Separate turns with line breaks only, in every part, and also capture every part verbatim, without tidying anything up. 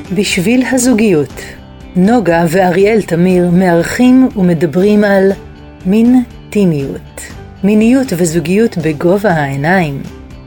בשביל הזוגיות, נוגה ואריאל תמיר מארחים ומדברים על מין טימיות, מיניות וזוגיות בגובה העיניים.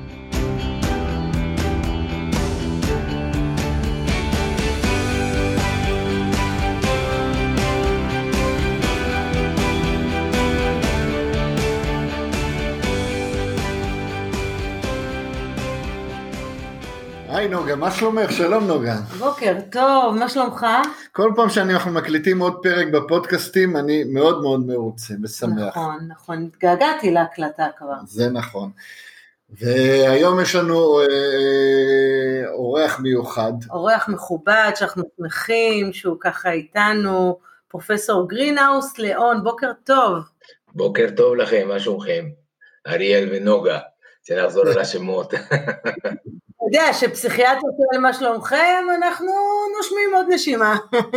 היי נוגה, מה שלומך? שלום נוגה.
בוקר טוב, מה שלומך?
כל פעם שאנחנו מקליטים עוד פרק בפודקאסטים, אני מאוד מאוד מרוצה ושמח.
נכון, נכון, התגעגעתי להקלטה כבר.
זה נכון. והיום יש לנו אה, אורח מיוחד.
אורח מכובד, שאנחנו שמחים, שהוא ככה איתנו, פרופסור גרינהאוס ליאון, בוקר טוב.
בוקר טוב לכם, מה שלומכם? אריאל ונוגה, שנחזור על השמות.
אתה יודע שפסיכיאטר שואל מה שלומכם, אנחנו נושמים עוד נשימה.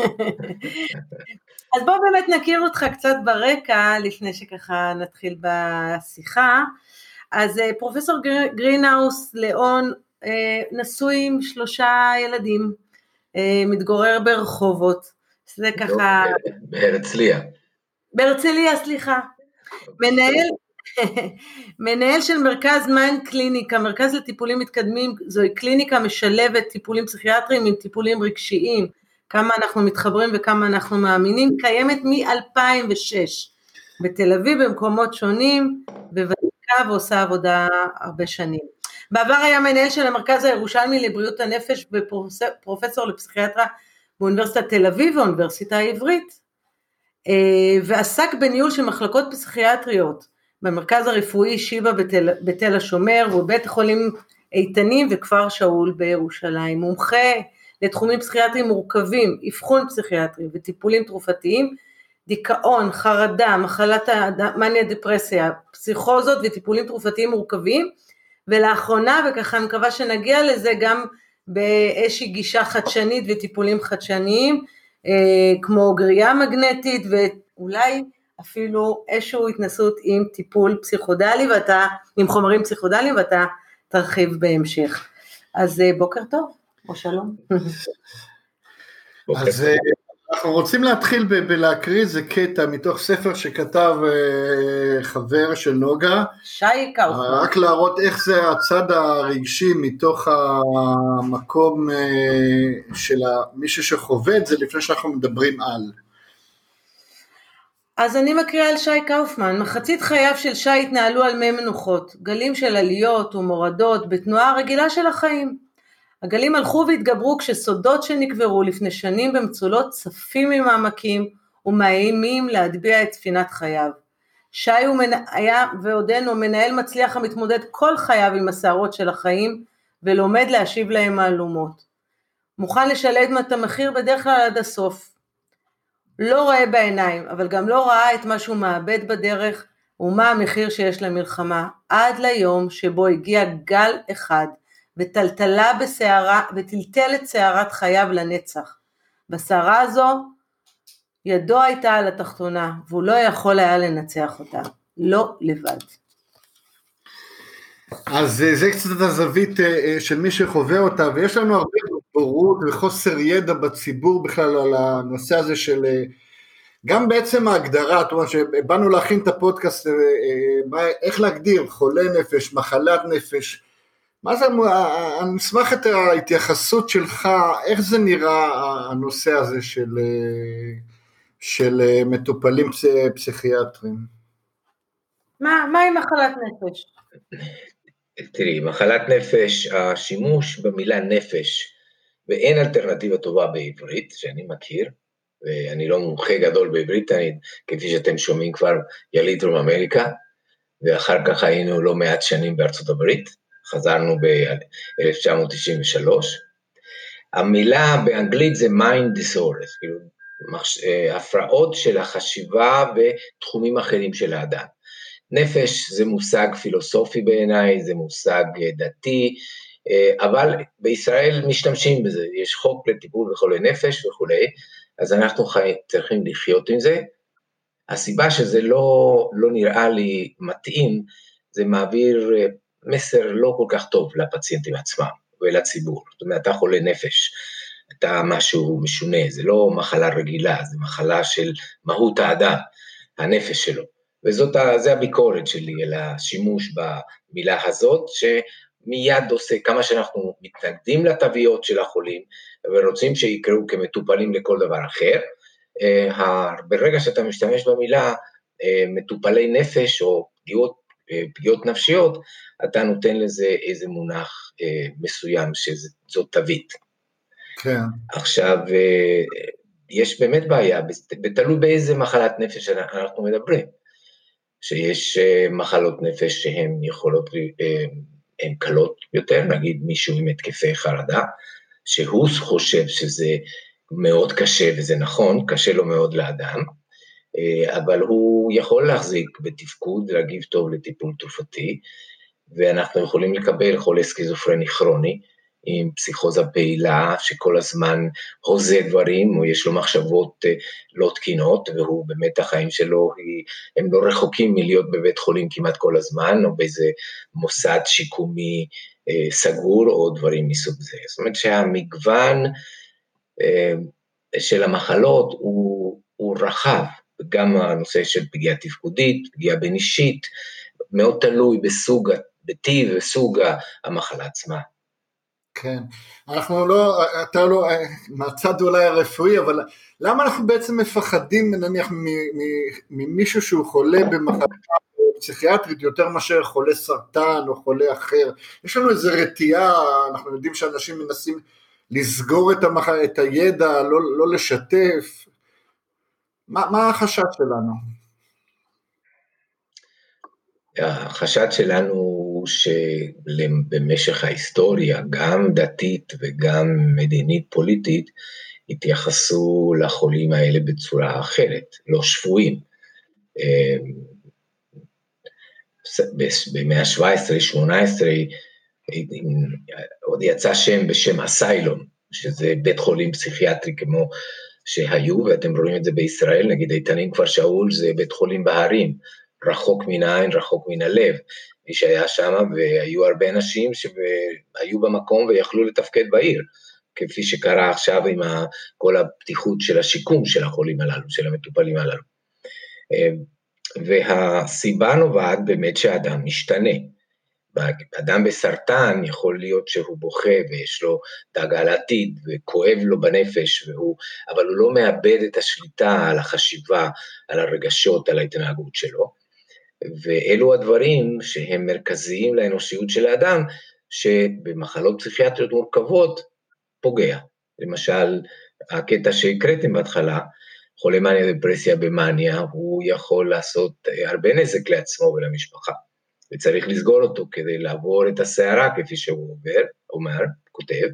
אז בואו באמת נכיר אותך קצת ברקע, לפני שככה נתחיל בשיחה. אז פרופסור גרינהאוס ליאון נשוי עם שלושה ילדים, מתגורר ברחובות, זה ככה...
בהרצליה.
בהרצליה, סליחה. מנהל... מנהל של מרכז מיינד קליניקה, מרכז לטיפולים מתקדמים, זוהי קליניקה משלבת טיפולים פסיכיאטריים עם טיפולים רגשיים, כמה אנחנו מתחברים וכמה אנחנו מאמינים, קיימת מ-אלפיים ושש, בתל אביב במקומות שונים, בוותיקה ועושה עבודה הרבה שנים. בעבר היה מנהל של המרכז הירושלמי לבריאות הנפש, ופרופסור לפסיכיאטרה באוניברסיטת תל אביב והאוניברסיטה העברית, ועסק בניהול של מחלקות פסיכיאטריות, במרכז הרפואי שיבא בתל, בתל השומר, ובית החולים איתנים וכפר שאול בירושלים, מומחה לתחומים פסיכיאטריים מורכבים, אבחון פסיכיאטרי וטיפולים תרופתיים, דיכאון, חרדה, מחלת מניה דפרסיה, פסיכוזות וטיפולים תרופתיים מורכבים, ולאחרונה, וככה אני מקווה שנגיע לזה, גם באיזושהי גישה חדשנית וטיפולים חדשניים, כמו גריעה מגנטית, ואולי אפילו איזשהו התנסות עם טיפול פסיכודלי, ואתה, עם חומרים פסיכודליים, ואתה תרחיב בהמשך. אז בוקר טוב, או שלום.
אז אנחנו רוצים להתחיל בלהקריא איזה קטע, מתוך ספר שכתב חבר של נוגה.
שי קאופמן.
רק להראות איך זה הצד הרגשי, מתוך המקום של מישהו שחווה את זה, לפני שאנחנו מדברים על.
אז אני מקריאה על שי קאופמן, מחצית חייו של שי התנהלו על מי מנוחות, גלים של עליות ומורדות בתנועה הרגילה של החיים. הגלים הלכו והתגברו כשסודות שנקברו לפני שנים במצולות צפים ממעמקים ומאיימים להטביע את ספינת חייו. שי הוא מנ... היה ועודנו מנהל מצליח המתמודד כל חייו עם הסערות של החיים ולומד להשיב להם מהלומות. מוכן לשלם את המחיר בדרך כלל עד הסוף. לא רואה בעיניים, אבל גם לא ראה את מה שהוא מאבד בדרך, ומה המחיר שיש למלחמה, עד ליום שבו הגיע גל אחד, וטלטלה בסערה, וטלטל את שערת חייו לנצח. בסערה הזו, ידו הייתה על התחתונה, והוא לא יכול היה לנצח אותה, לא לבד.
אז זה קצת הזווית של מי שחווה אותה, ויש לנו הרבה בורות וחוסר ידע בציבור בכלל על הנושא הזה של, גם בעצם ההגדרה, זאת אומרת שבאנו להכין את הפודקאסט, איך להגדיר, חולה נפש, מחלת נפש, מה זה, אני נשמח את ההתייחסות שלך, איך זה נראה הנושא הזה של, של מטופלים פסיכיאטרים?
מה, מה עם מחלת נפש?
תראי, מחלת נפש, השימוש במילה נפש, ואין אלטרנטיבה טובה בעברית, שאני מכיר, ואני לא מומחה גדול בעברית, אני, כפי שאתם שומעים כבר, יליד דרום אמריקה, ואחר כך היינו לא מעט שנים בארצות הברית, חזרנו ב-אלף תשע מאות תשעים ושלוש, המילה באנגלית זה mind disorders, כאילו, הפרעות של החשיבה ותחומים אחרים של האדם. נפש זה מושג פילוסופי בעיניי, זה מושג דתי, אבל בישראל משתמשים בזה, יש חוק לטיפול בחולי נפש וכו', אז אנחנו חי, צריכים לחיות עם זה. הסיבה שזה לא, לא נראה לי מתאים, זה מעביר מסר לא כל כך טוב לפציינטים עצמם ולציבור, זאת אומרת, אתה חולה נפש, הייתה משהו משונה, זה לא מחלה רגילה, זה מחלה של מהות האדם, הנפש שלו. וזאת, זה הביקורת שלי על השימוש במילה הזאת, שמיד עושה כמה שאנחנו מתנגדים לתוויות של החולים, ורוצים שיקראו כמטופלים לכל דבר אחר, ברגע שאתה משתמש במילה מטופלי נפש או פגיעות, פגיעות נפשיות, אתה נותן לזה איזה מונח מסוים שזאת תווית.
כן.
עכשיו, יש באמת בעיה, בתלוי באיזה מחלת נפש אנחנו מדברים, שיש מחלות נפש שהן יכולות, הן קלות יותר, נגיד מישהו עם התקפי חרדה, שהוא חושב שזה מאוד קשה, וזה נכון, קשה לו מאוד לאדם, אבל הוא יכול להחזיק בתפקוד, להגיב טוב לטיפול תרופתי, ואנחנו יכולים לקבל חולה סכיזופרני כרוני, עם פסיכוזה פעילה, שכל הזמן הוזה דברים, או יש לו מחשבות לא תקינות, והוא באמת החיים שלו, הם לא רחוקים מלהיות בבית חולים כמעט כל הזמן, או באיזה מוסד שיקומי סגור, או דברים מסוג זה. זאת אומרת שהמגוון של המחלות הוא, הוא רחב, גם הנושא של פגיעה תפקודית, פגיעה בין אישית, מאוד תלוי בסוג, בטיב וסוג המחלה עצמה.
כן, אנחנו לא, אתה לא, מהצד אולי הרפואי, אבל למה אנחנו בעצם מפחדים, נניח, ממישהו שהוא חולה במחלה פסיכיאטרית, יותר מאשר חולה סרטן או חולה אחר? יש לנו איזו רתיעה, אנחנו יודעים שאנשים מנסים לסגור את, המח... את הידע, לא, לא לשתף. מה, מה החשש שלנו?
החשד שלנו הוא שבמשך ההיסטוריה, גם דתית וגם מדינית פוליטית, התייחסו לחולים האלה בצורה אחרת, לא שפויים. במאה ה-שבע עשרה שמונה עשרה, עוד יצא שם בשם אסיילום, שזה בית חולים פסיכיאטרי כמו שהיו, ואתם רואים את זה בישראל, נגיד איתנים כפר שאול, זה בית חולים בהרים, רחוק מן העין, רחוק מן הלב, מי שהיה שם, והיו הרבה אנשים שהיו במקום ויכלו לתפקד בעיר, כפי שקרה עכשיו עם כל הפתיחות של השיקום של החולים הללו, של המטופלים הללו. והסיבה נובעת באמת שהאדם משתנה. אדם בסרטן יכול להיות שהוא בוכה ויש לו דאגה לעתיד וכואב לו בנפש, והוא, אבל הוא לא מאבד את השליטה על החשיבה, על הרגשות, על ההתנהגות שלו. ואלו הדברים שהם מרכזיים לאנושיות של האדם, שבמחלות פסיכיאטריות מורכבות פוגע. למשל, הקטע שהקראתם בהתחלה, חולה מניה דפרסיה במניה, הוא יכול לעשות הרבה נזק לעצמו ולמשפחה, וצריך לסגור אותו כדי לעבור את הסערה כפי שהוא עובר, אומר, כותב.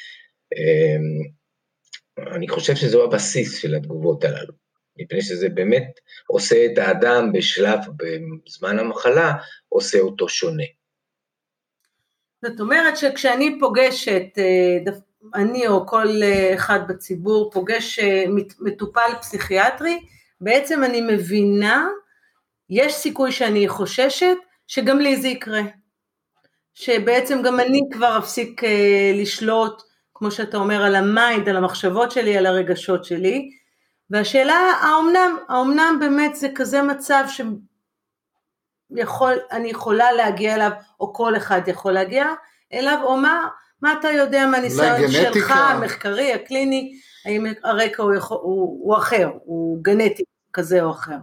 אני חושב שזו הבסיס של התגובות הללו, מפני שזה באמת עושה את האדם בשלב, בזמן המחלה, עושה אותו שונה.
זאת אומרת שכשאני פוגשת, אני או כל אחד בציבור פוגש מטופל פסיכיאטרי, בעצם אני מבינה, יש סיכוי שאני חוששת, שגם לי זה יקרה. שבעצם גם אני כבר אפסיק לשלוט, כמו שאתה אומר, על המיינד, על המחשבות שלי, על הרגשות שלי, והשאלה, האומנם, האומנם באמת זה כזה מצב שיכול, אני יכולה להגיע אליו, או כל אחד יכול להגיע אליו, או מה, מה אתה יודע מהניסיון שלך, המחקרי, הקליני, האם הרקע הוא, יכול, הוא, הוא אחר, הוא גנטי כזה או אחר?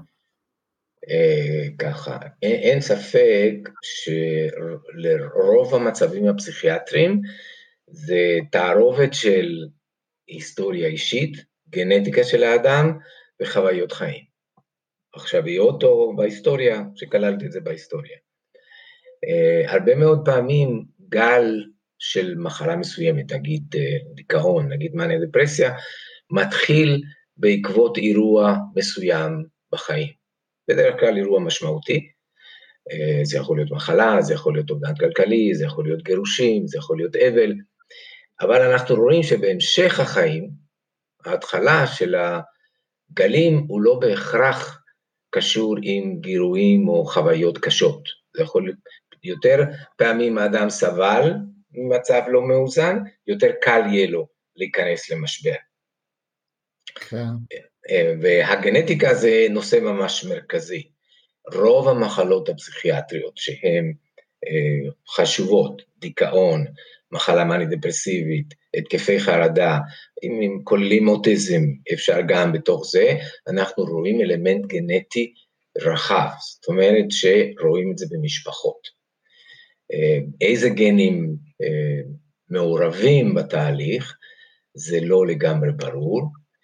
ככה, אין ספק שלרוב המצבים הפסיכיאטריים, זה תערובת של היסטוריה אישית, גנטיקה של האדם וחוויות חיים. עכשוויות או בהיסטוריה, שכללתי את זה בהיסטוריה. הרבה מאוד פעמים גל של מחלה מסוימת, נגיד דיכאון, נגיד מניה דפרסיה, מתחיל בעקבות אירוע מסוים בחיים. בדרך כלל אירוע משמעותי, זה יכול להיות מחלה, זה יכול להיות אובדן כלכלי, זה יכול להיות גירושים, זה יכול להיות אבל, אבל אנחנו רואים שבהמשך החיים, ההתחלה של הגלים הוא לא בהכרח קשור עם גירויים או חוויות קשות. זה יכול להיות יותר פעמים האדם סבל ממצב לא מאוזן, יותר קל יהיה לו להיכנס למשבר.
כן.
והגנטיקה זה נושא ממש מרכזי. רוב המחלות הפסיכיאטריות שהן חשובות, דיכאון, מחלה מאנית דפרסיבית, התקפי חרדה, אם כוללים אוטיזם, אפשר גם בתוך זה, אנחנו רואים אלמנט גנטי רחב, זאת אומרת שרואים את זה במשפחות. איזה גנים מעורבים בתהליך, זה לא לגמרי ברור,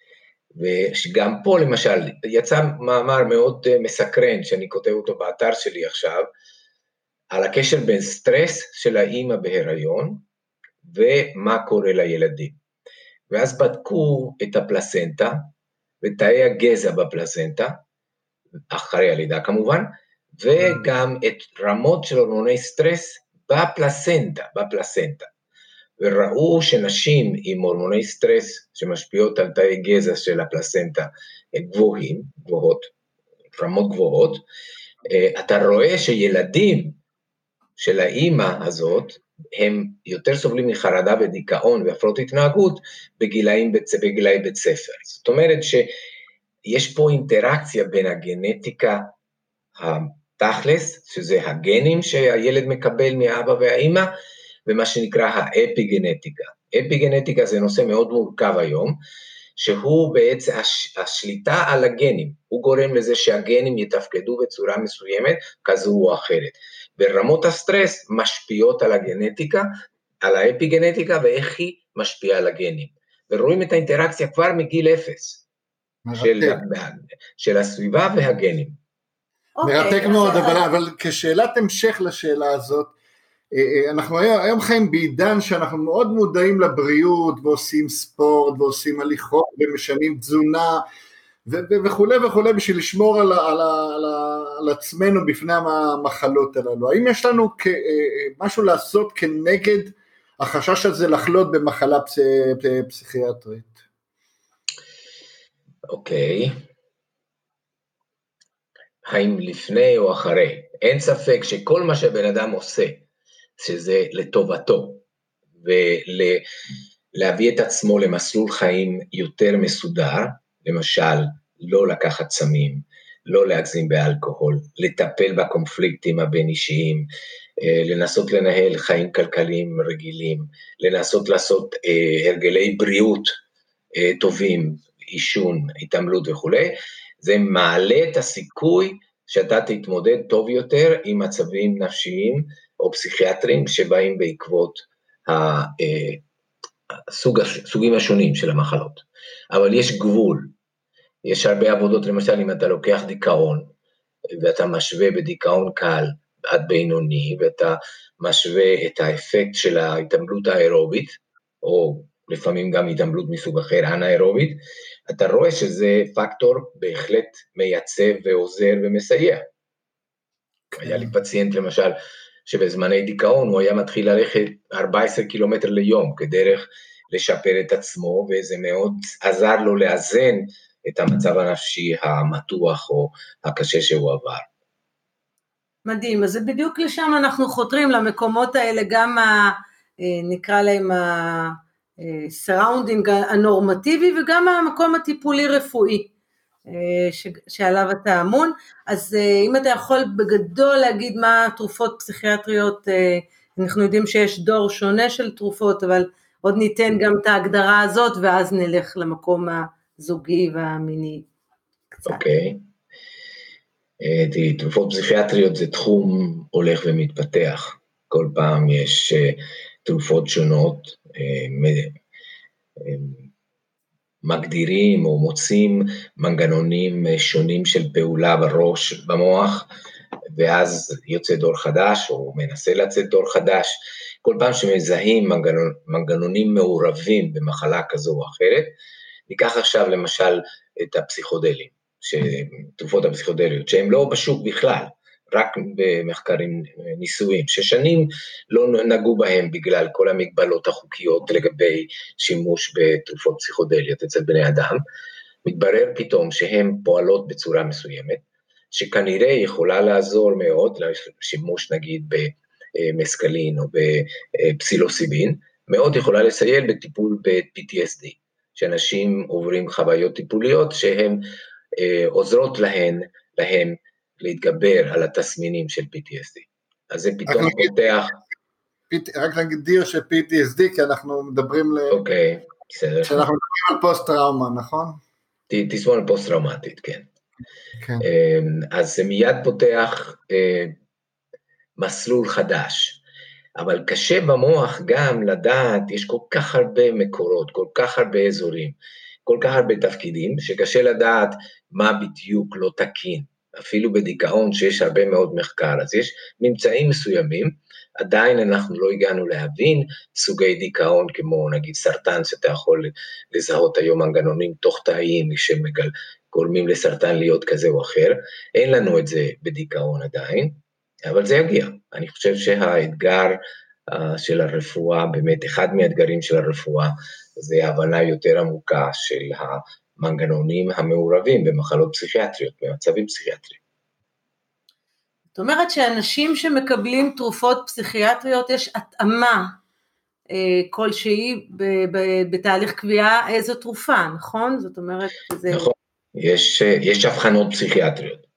ושגם פה למשל, יצא מאמר מאוד מסקרן, שאני כותב אותו באתר שלי עכשיו, על הקשר בין סטרס של האמא בהיריון, ומה קורה לילדים. ואז בדקו את הפלסנטה, ותאי הגזע בפלסנטה, אחרי הלידה כמובן, וגם את רמות של הורמוני סטרס בפלסנטה, בפלסנטה. וראו שנשים עם הורמוני סטרס שמשפיעות על תאי גזע של הפלסנטה גבוהים, גבוהות, רמות גבוהות, אתה רואה שילדים של האימא הזאת, הם יותר סובלים מחרדה ודיכאון והפרעות התנהגות בגילאים, בגילאי בית ספר. זאת אומרת שיש פה אינטראקציה בין הגנטיקה התכלס, שזה הגנים שהילד מקבל מהאבא והאימא, ומה שנקרא האפיגנטיקה. אפיגנטיקה זה נושא מאוד מורכב היום, שהוא בעצם השליטה על הגנים, הוא גורם לזה שהגנים יתפקדו בצורה מסוימת, כזו או אחרת. ורמות הסטרס משפיעות על הגנטיקה, על האפיגנטיקה, ואיך היא משפיעה על הגנים. ורואים את האינטראקציה כבר מגיל אפס, של, של הסביבה והגנים.
מרתק מאוד, אבל, אבל כשאלת המשך לשאלה הזאת, אנחנו היום חיים בעידן שאנחנו מאוד מודעים לבריאות, ועושים ספורט, ועושים הליכות, ומשנים תזונה, וכו' וכו', בשביל לשמור על, על, על, על עצמנו בפני המחלות הללו. האם יש לנו משהו לעשות כנגד החשש הזה לחלות במחלה פסיכיאטרית?
אוקיי. האם לפני או אחרי? אין ספק שכל מה שבן אדם עושה, שזה לטובתו, ולהביא את עצמו למסלול חיים יותר מסודר, למשל, לא לקחת סמים, לא להגזים באלכוהול, לטפל בקונפליקטים הבין אישיים, לנסות לנהל חיים כלכליים רגילים, לנסות לעשות הרגלי בריאות טובים, עישון, התעמלות וכו', זה מעלה את הסיכוי שאתה תתמודד טוב יותר עם מצבים נפשיים או פסיכיאטרים שבאים בעקבות הסוגים השונים של המחלות. אבל יש גבול, יש הרבה עבודות, למשל אם אתה לוקח דיכאון, ואתה משווה בדיכאון קל עד בינוני, ואתה משווה את האפקט של ההתעמלות האירובית, או לפעמים גם התעמלות מסוג אחר, אנאירובית, אתה רואה שזה פקטור בהחלט מייצב ועוזר ומסייע. היה לי פציינט למשל, שבזמני דיכאון הוא היה מתחיל ללכת ארבעה עשר קילומטר ליום, כדרך לשפר את עצמו, וזה מאוד עזר לו לאזן את המצב הנפשי המתוח או הקשה שהוא עבר.
מדהים, אז זה בדיוק לשם אנחנו חותרים, למקומות האלה, גם ה, נקרא להם ה-surrounding הנורמטיבי, וגם המקום הטיפולי רפואי, ש, שעליו אתה אמון. אז אם אתה יכול בגדול להגיד מה תרופות פסיכיאטריות, אנחנו יודעים שיש דור שונה של תרופות, אבל עוד ניתן גם את ההגדרה הזאת, ואז נלך למקום הזוגי והמיני קצת.
אוקיי. תרופות פסיכיאטריות זה תחום הולך ומתפתח. כל פעם יש תרופות שונות, מגדירים או מוצאים מנגנונים שונים של פעולה בראש, במוח, ואז יוצא דור חדש, או מנסה לצאת דור חדש. כל פעם שמזהים מנגנון, מנגנונים מעורבים במחלה כזו או אחרת, ניקח עכשיו למשל את הפסיכודלים, תרופות הפסיכודליות, שהם לא בשוק בכלל, רק במחקרים ניסויים, ששנים לא נגעו בהם בגלל כל המגבלות החוקיות לגבי שימוש בתרופות פסיכודליות אצל בני אדם, מתברר פתאום שהן פועלות בצורה מסוימת, שכנראה יכולה לעזור מאוד לשימוש נגיד במסקלין או בפסילוסיבין, מאוד יכולה לסייע בטיפול ב-פי טי אס די, שאנשים עוברים חוויות טיפוליות שהן אה, עוזרות להן, להם להתגבר על התסמינים של פי טי אס די. אז זה פתאום פותח...
רק נגדיר ש-פי טי אס די, כי אנחנו מדברים ל...
אוקיי, בסדר.
שאנחנו מדברים על פוסט-טראומה, נכון?
תסמונת פוסט-טראומטית, כן.
כן.
אז זה מיד פותח מסלול חדש, אבל קשה במוח גם לדעת, יש כל כך הרבה מקורות, כל כך הרבה אזורים, כל כך הרבה תפקידים, שקשה לדעת מה בדיוק לא תקין, אפילו בדיכאון שיש הרבה מאוד מחקר, אז יש ממצאים מסוימים, עדיין אנחנו לא הגענו להבין סוגי דיכאון, כמו נגיד סרטן, שאתה יכול לזהות היום מנגנונים תוך תאיים, שגורמים לסרטן להיות כזה או אחר, אין לנו את זה בדיכאון עדיין, אבל זה יגיע. אני חושב שהאתגר uh, של הרפואה, באמת אחד מהאתגרים של הרפואה, זה הבנה יותר עמוקה של המנגנונים המעורבים במחלות פסיכיאטריות, במצבים פסיכיאטריים.
זאת אומרת שאנשים שמקבלים תרופות פסיכיאטריות, יש התאמה אה, כלשהי ב- ב- בתהליך קביעה איזו תרופה, נכון? זאת אומרת שזה...
נכון, יש, יש הבחנות פסיכיאטריות.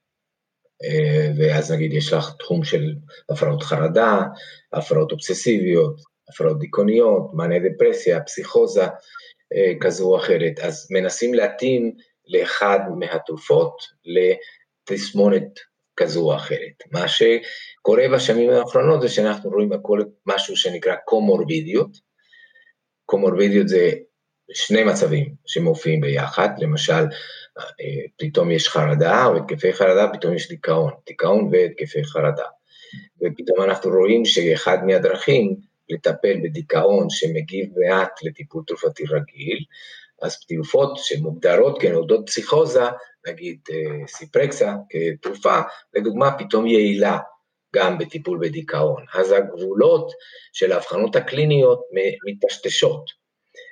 ואז נגיד יש לך תחום של הפרעות חרדה, הפרעות אובססיביות, הפרעות דיכאוניות, מאניה דפרסיה, פסיכוזה כזו או אחרת, אז מנסים להתאים לאחד מהתרופות לתסמונת כזו או אחרת. מה שקורה בשנים האחרונות זה שאנחנו רואים הכל משהו שנקרא קומורבידיות, קומורבידיות זה שני מצבים שמופיעים ביחד, למשל, פתאום יש חרדה, או התקפי חרדה, פתאום יש דיכאון, דיכאון והתקפי חרדה. ופתאום אנחנו רואים שאחד מהדרכים לטפל בדיכאון שמגיב מעט לטיפול תרופתי רגיל, אז תרופות שמוגדרות כנוגדות פסיכוזה, נגיד סיפרקסה כתרופה, לדוגמה פתאום יעילה גם בטיפול בדיכאון. אז הגבולות של ההבחנות הקליניות מתשתשות.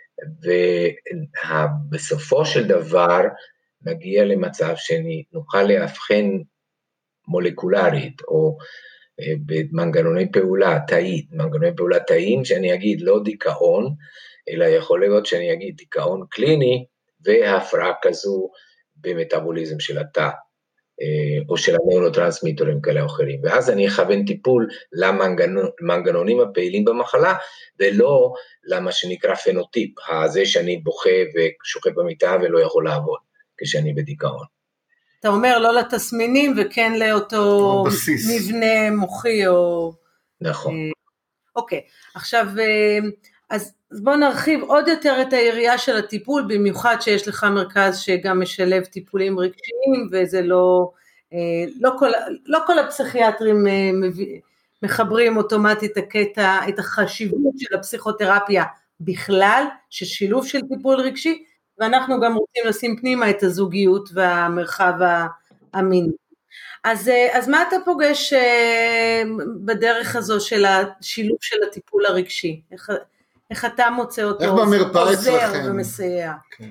ובסופו של דבר נגיע למצב שנוכל להבחן מולקולרית או במנגנוני פעולה תאית, מנגנוני פעולה תאיים שאני אגיד לא דיכאון, אלא יכול להיות שאני אגיד דיכאון קליני והפרעה כזו במטאבוליזם של התא, או של הנוירוטרנסמיטרים כאלה או אחרים, ואז אני אכוון טיפול למנגנונים הפעילים במחלה, ולא למה שנקרא פנוטיפ, הזה שאני בוכה ושוכב במיטה ולא יכול לעבוד, כשאני בדיכאון.
אתה אומר לא לתסמינים, וכן לאותו מבנה מוחי או...
נכון.
אוקיי, עכשיו, אז בוא נרחיב עוד יותר את היריעה של הטיפול, במיוחד שיש לך מרכז שגם משלב טיפולים רגשיים, וזה לא, לא כל, לא כל הפסיכיאטרים מחברים אוטומטית את הקטע, את החשיבות של הפסיכותרפיה בכלל, ששילוב של טיפול רגשי, ואנחנו גם רוצים לשים פנימה את הזוגיות והמרחב המיני. אז, אז מה אתה פוגש בדרך הזו של השילוב של הטיפול הרגשי? איך, איך אתה מוצא אותו?
איך במרפאה אצלכם?
עוזר ומסייע.
כן.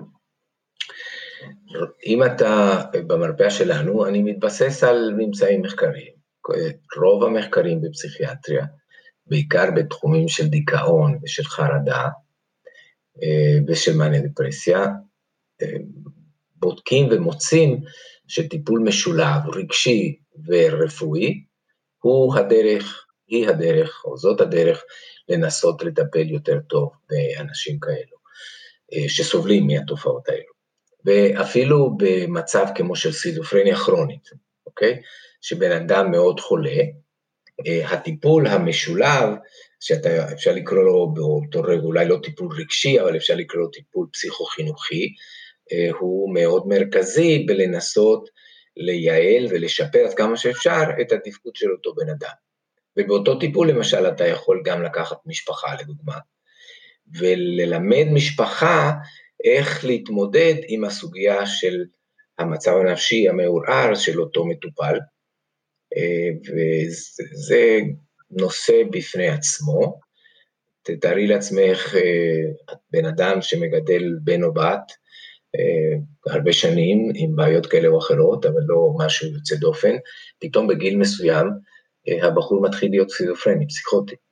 אם אתה במרפאה שלנו, אני מתבסס על ממצאים מחקריים. רוב המחקרים בפסיכיאטריה, בעיקר בתחומים של דיכאון ושל חרדה, ושל מאניה דפרסיה, בודקים ומוצאים שטיפול משולב, רגשי ורפואי, הוא הדרך, היא הדרך, או זאת הדרך, לנסות לטפל יותר טוב באנשים כאלו, שסובלים מהתופעות האלו. ואפילו במצב כמו של סכיזופרניה כרונית, אוקיי? שבן אדם מאוד חולה, הטיפול המשולב, שאתה אפשר לקרוא לו באותו רגע, אולי לא טיפול רגשי, אבל אפשר לקרוא לו טיפול פסיכו-חינוכי, הוא מאוד מרכזי בלנסות לייעל ולשפר עד כמה שאפשר את התפקוד של אותו בן אדם. ובאותו טיפול למשל אתה יכול גם לקחת משפחה לדוגמה, וללמד משפחה איך להתמודד עם הסוגיה של המצב הנפשי המעורער של אותו מטופל, וזה נושא בפני עצמו. תתארי לעצמך בן אדם שמגדל בן או בת, הרבה שנים עם בעיות כאלה או אחרות, אבל לא משהו יוצא דופן, פתאום בגיל מסוים הבחור מתחיל להיות סכיזופרני, פסיכוטי.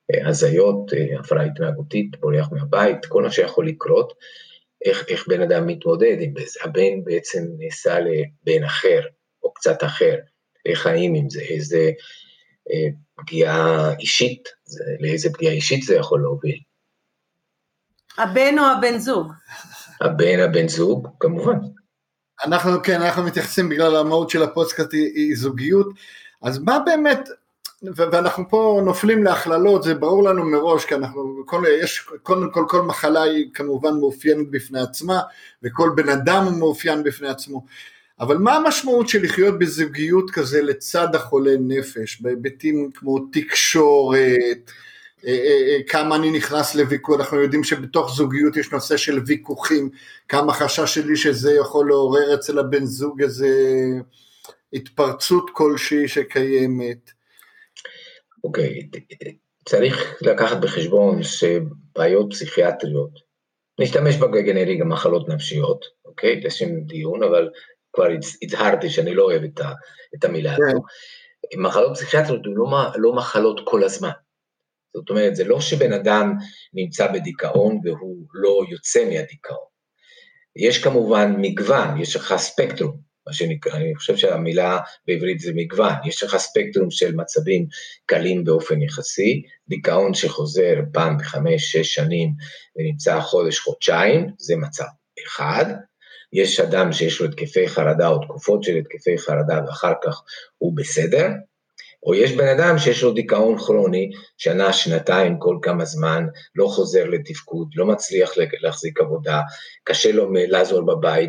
הזיות, הפרעה התנהגותית, בורח מהבית, כל מה שיכול לקרות, איך, איך בן אדם מתמודד עם זה, הבן בעצם נעשה לבן אחר, או קצת אחר, איך חיים עם זה, איזה אה, פגיעה אישית, זה, לאיזה פגיעה אישית זה יכול להוביל.
הבן או הבן זוג?
הבן, הבן זוג, כמובן.
אנחנו, כן, אנחנו מתייחסים בגלל המהות של הפודקאסט היא, היא זוגיות, אז מה באמת, ואנחנו פה נופלים להכללות, זה ברור לנו מראש, כי אנחנו, כל, יש, קודם כל, כל מחלה היא כמובן מאופיינת בפני עצמה, וכל בן אדם הוא מאופיין בפני עצמו, אבל מה המשמעות של לחיות בזוגיות כזה לצד החולה נפש, בהיבטים כמו תקשורת, כמה אני נכנס לוויכוח, אנחנו יודעים שבתוך זוגיות יש נושא של ויכוחים, כמה חשש שלי שזה יכול לעורר אצל הבן זוג איזה התפרצות כלשהי שקיימת.
אוקיי, צריך לקחת בחשבון שבעיות פסיכיאטריות, נשתמש בגנרי גם מחלות נפשיות, אוקיי, לשם דיון, אבל כבר הצהרתי שאני לא אוהב את המילה הזו. מחלות פסיכיאטריות הן לא מחלות כל הזמן. זאת אומרת, זה לא שבן אדם נמצא בדיכאון והוא לא יוצא מהדיכאון. יש כמובן מגוון, יש לך ספקטרום, מה שנקרא, אני חושב שהמילה בעברית זה מגוון, יש לך ספקטרום של מצבים קלים באופן יחסי, דיכאון שחוזר פעם בחמש, שש שנים ונמצא חודש, חודשיים, זה מצב אחד, יש אדם שיש לו התקפי חרדה או תקופות של התקפי חרדה ואחר כך הוא בסדר, או יש בן אדם שיש לו דיכאון כרוני, שנה, שנתיים, כל כמה זמן, לא חוזר לתפקוד, לא מצליח להחזיק עבודה, קשה לו לעזור בבית,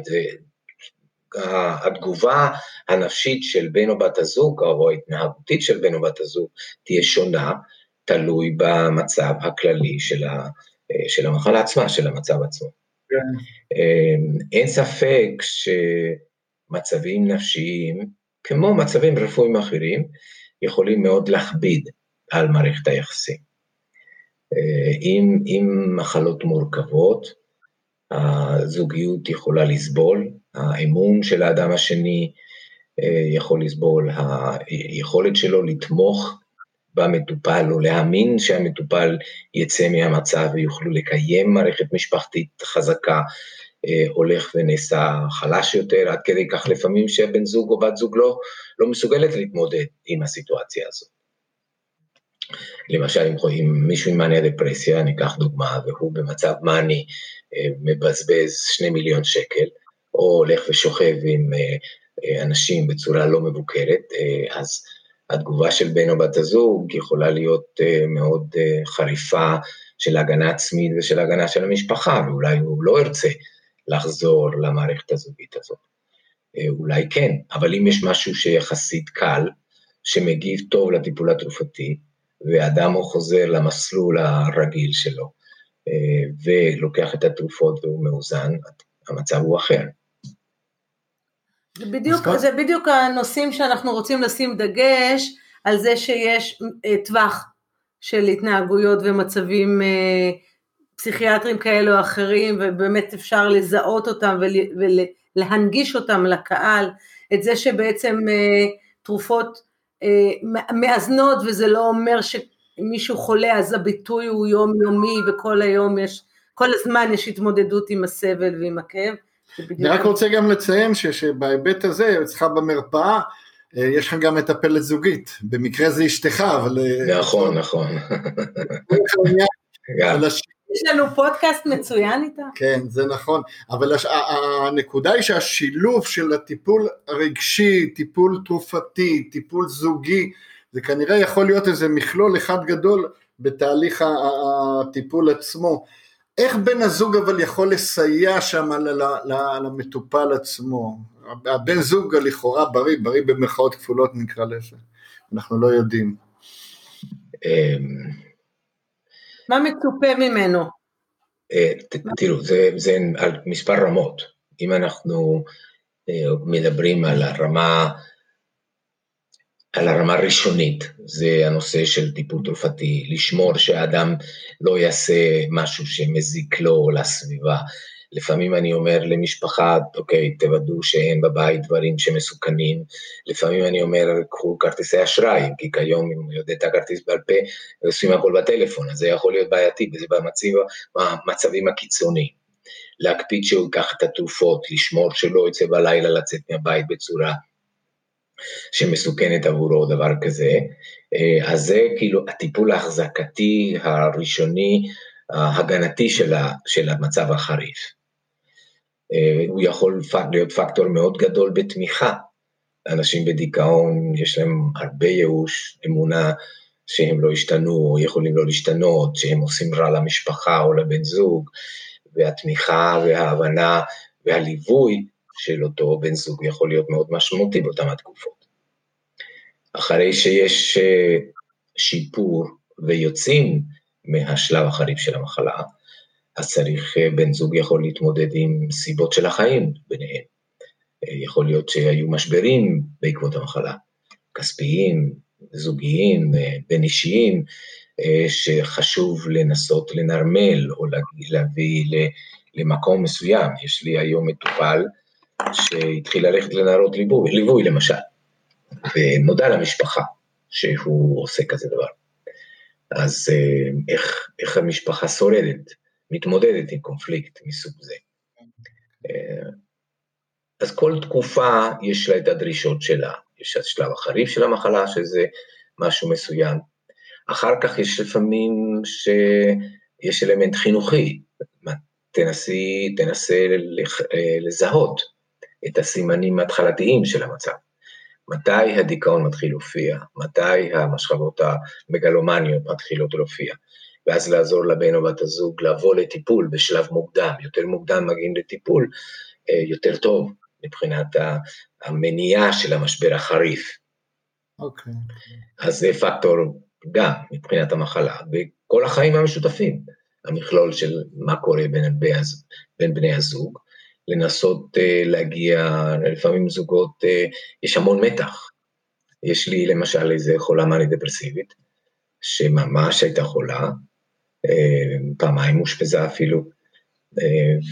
התגובה הנפשית של בן או בת הזוג, או ההתנהגותית של בן או בת הזוג, תהיה שונה, תלוי במצב הכללי של, ה, של המחלה עצמה, של המצב עצמו. Yeah. אין ספק שמצבים נפשיים, כמו מצבים רפואיים אחרים, יכולים מאוד להכביד על מערכת היחסים. עם, עם מחלות מורכבות, הזוגיות יכולה לסבול, האמון של האדם השני יכול לסבול, היכולת שלו לתמוך במטופל, או להאמין שהמטופל יצא מהמצב, ויוכלו לקיים מערכת משפחתית חזקה, הולך ונעשה חלש יותר, עד כדי כך לפעמים שבן זוג או בת זוג לא, לא מסוגלת להתמודד עם הסיטואציה הזאת. למשל, אם, אם מישהו עם מאניה דפרסיה, ניקח דוגמה, והוא במצב מאני, מבזבז שני מיליון שקל, או הולך ושוכב עם אנשים בצורה לא מבוקרת, אז התגובה של בן או בת הזוג יכולה להיות מאוד חריפה של הגנה עצמית ושל הגנה של המשפחה, ואולי הוא לא ירצה לחזור למערכת הזוגית הזאת. אולי כן, אבל אם יש משהו שיחסית קל, שמגיב טוב לטיפול התרופתי, ואדם הוא חוזר למסלול הרגיל שלו, ולוקח את התרופות והוא מאוזן, המצב הוא אחר.
זה בדיוק, זה בדיוק הנושאים שאנחנו רוצים לשים דגש, על זה שיש טווח של התנהגויות ומצבים פסיכיאטרים כאלו או אחרים, ובאמת אפשר לזהות אותם ולהנגיש אותם לקהל, את זה שבעצם תרופות מאזנות, וזה לא אומר שמישהו חולה, אז הביטוי הוא יומיומי, וכל היום יש, כל הזמן יש התמודדות עם הסבל ועם הכאב.
אני רק רוצה גם לציין שבהיבט הזה, אצלך במרפאה, יש לך גם מטפלת זוגית, במקרה זה אשתך, אבל...
נכון, נכון.
יש לנו פודקאסט מצוין איתה.
כן, זה נכון, אבל הנקודה היא שהשילוב של הטיפול הרגשי, טיפול תרופתי, טיפול זוגי, זה כנראה יכול להיות איזה מכלול אחד גדול בתהליך הטיפול עצמו. איך בן הזוג אבל יכול לסייע שם למטופל עצמו? הבן זוג לכאורה בריא, בריא במרכאות כפולות נקרא לזה, אנחנו לא יודעים.
מה מצופה ממנו?
תראו, זה, זה על מספר רמות. אם אנחנו מדברים על הרמה, על הרמה ראשונית, זה הנושא של טיפול תרופתי, לשמור שהאדם לא יעשה משהו שמזיק לו לסביבה, לפעמים אני אומר למשפחה, אוקיי, תוודאו שאין בבית דברים שמסוכנים, לפעמים אני אומר, קחו כרטיסי אשראי, כי כיום אם יודע את הכרטיס בעל פה, עושים הכל בטלפון, אז זה יכול להיות בעייתי, וזה במצבים הקיצוניים. להקפיד שהוא ייקח את התרופות, לשמור שלא יצא בלילה לצאת מהבית בצורה שמסוכנת עבורו, דבר כזה. אז זה כאילו הטיפול ההחזקתי הראשוני, ההגנתי של, ה, של המצב החריף. הוא יכול להיות פקטור מאוד גדול בתמיכה. אנשים בדיכאון יש להם הרבה ייאוש, אמונה שהם לא השתנו, יכולים לא להשתנות, שהם עושים רע למשפחה או לבן זוג, והתמיכה וההבנה והליווי של אותו בן זוג יכול להיות מאוד משמעותי באותם התקופות. אחרי שיש שיפור ויוצאים מהשלב החריף של המחלה, אז צריך בן זוג יכול להתמודד עם סיבות של החיים ביניהם. יכול להיות שהיו משברים בעקבות המחלה, כספיים, זוגיים, בין אישיים, שחשוב לנסות לנרמל או להביא למקום מסוים. יש לי היום מטופל שהתחיל ללכת לנערות ליווי, ליווי למשל, ונודע למשפחה שהוא עושה כזה דבר. אז איך, איך המשפחה שורדת, מתמודדת עם קונפליקט מסוג זה. אז כל תקופה יש לה את הדרישות שלה, יש את השלב החריף של המחלה, שזה משהו מסוים. אחר כך יש לפעמים שיש אלמנט חינוכי, תנסי, תנסה לזהות את הסימנים ההתחלתיים של המצב. מתי הדיכאון מתחיל להופיע, מתי המשכבות המגלומניות מתחילות להופיע, ואז לעזור לבן או בת הזוג לבוא לטיפול בשלב מוקדם, יותר מוקדם מגיעים לטיפול, יותר טוב מבחינת המניעה של המשבר החריף. אוקיי. אז זה פקטור גם מבחינת המחלה, וכל החיים המשותפים, המכלול של מה קורה בין, בין בני הזוג, לנסות uh, להגיע, לפעמים זוגות, uh, יש המון מתח. יש לי למשל איזה חולה מאנית דפרסיבית, שממש הייתה חולה, uh, פעמיים מושפזה אפילו, uh,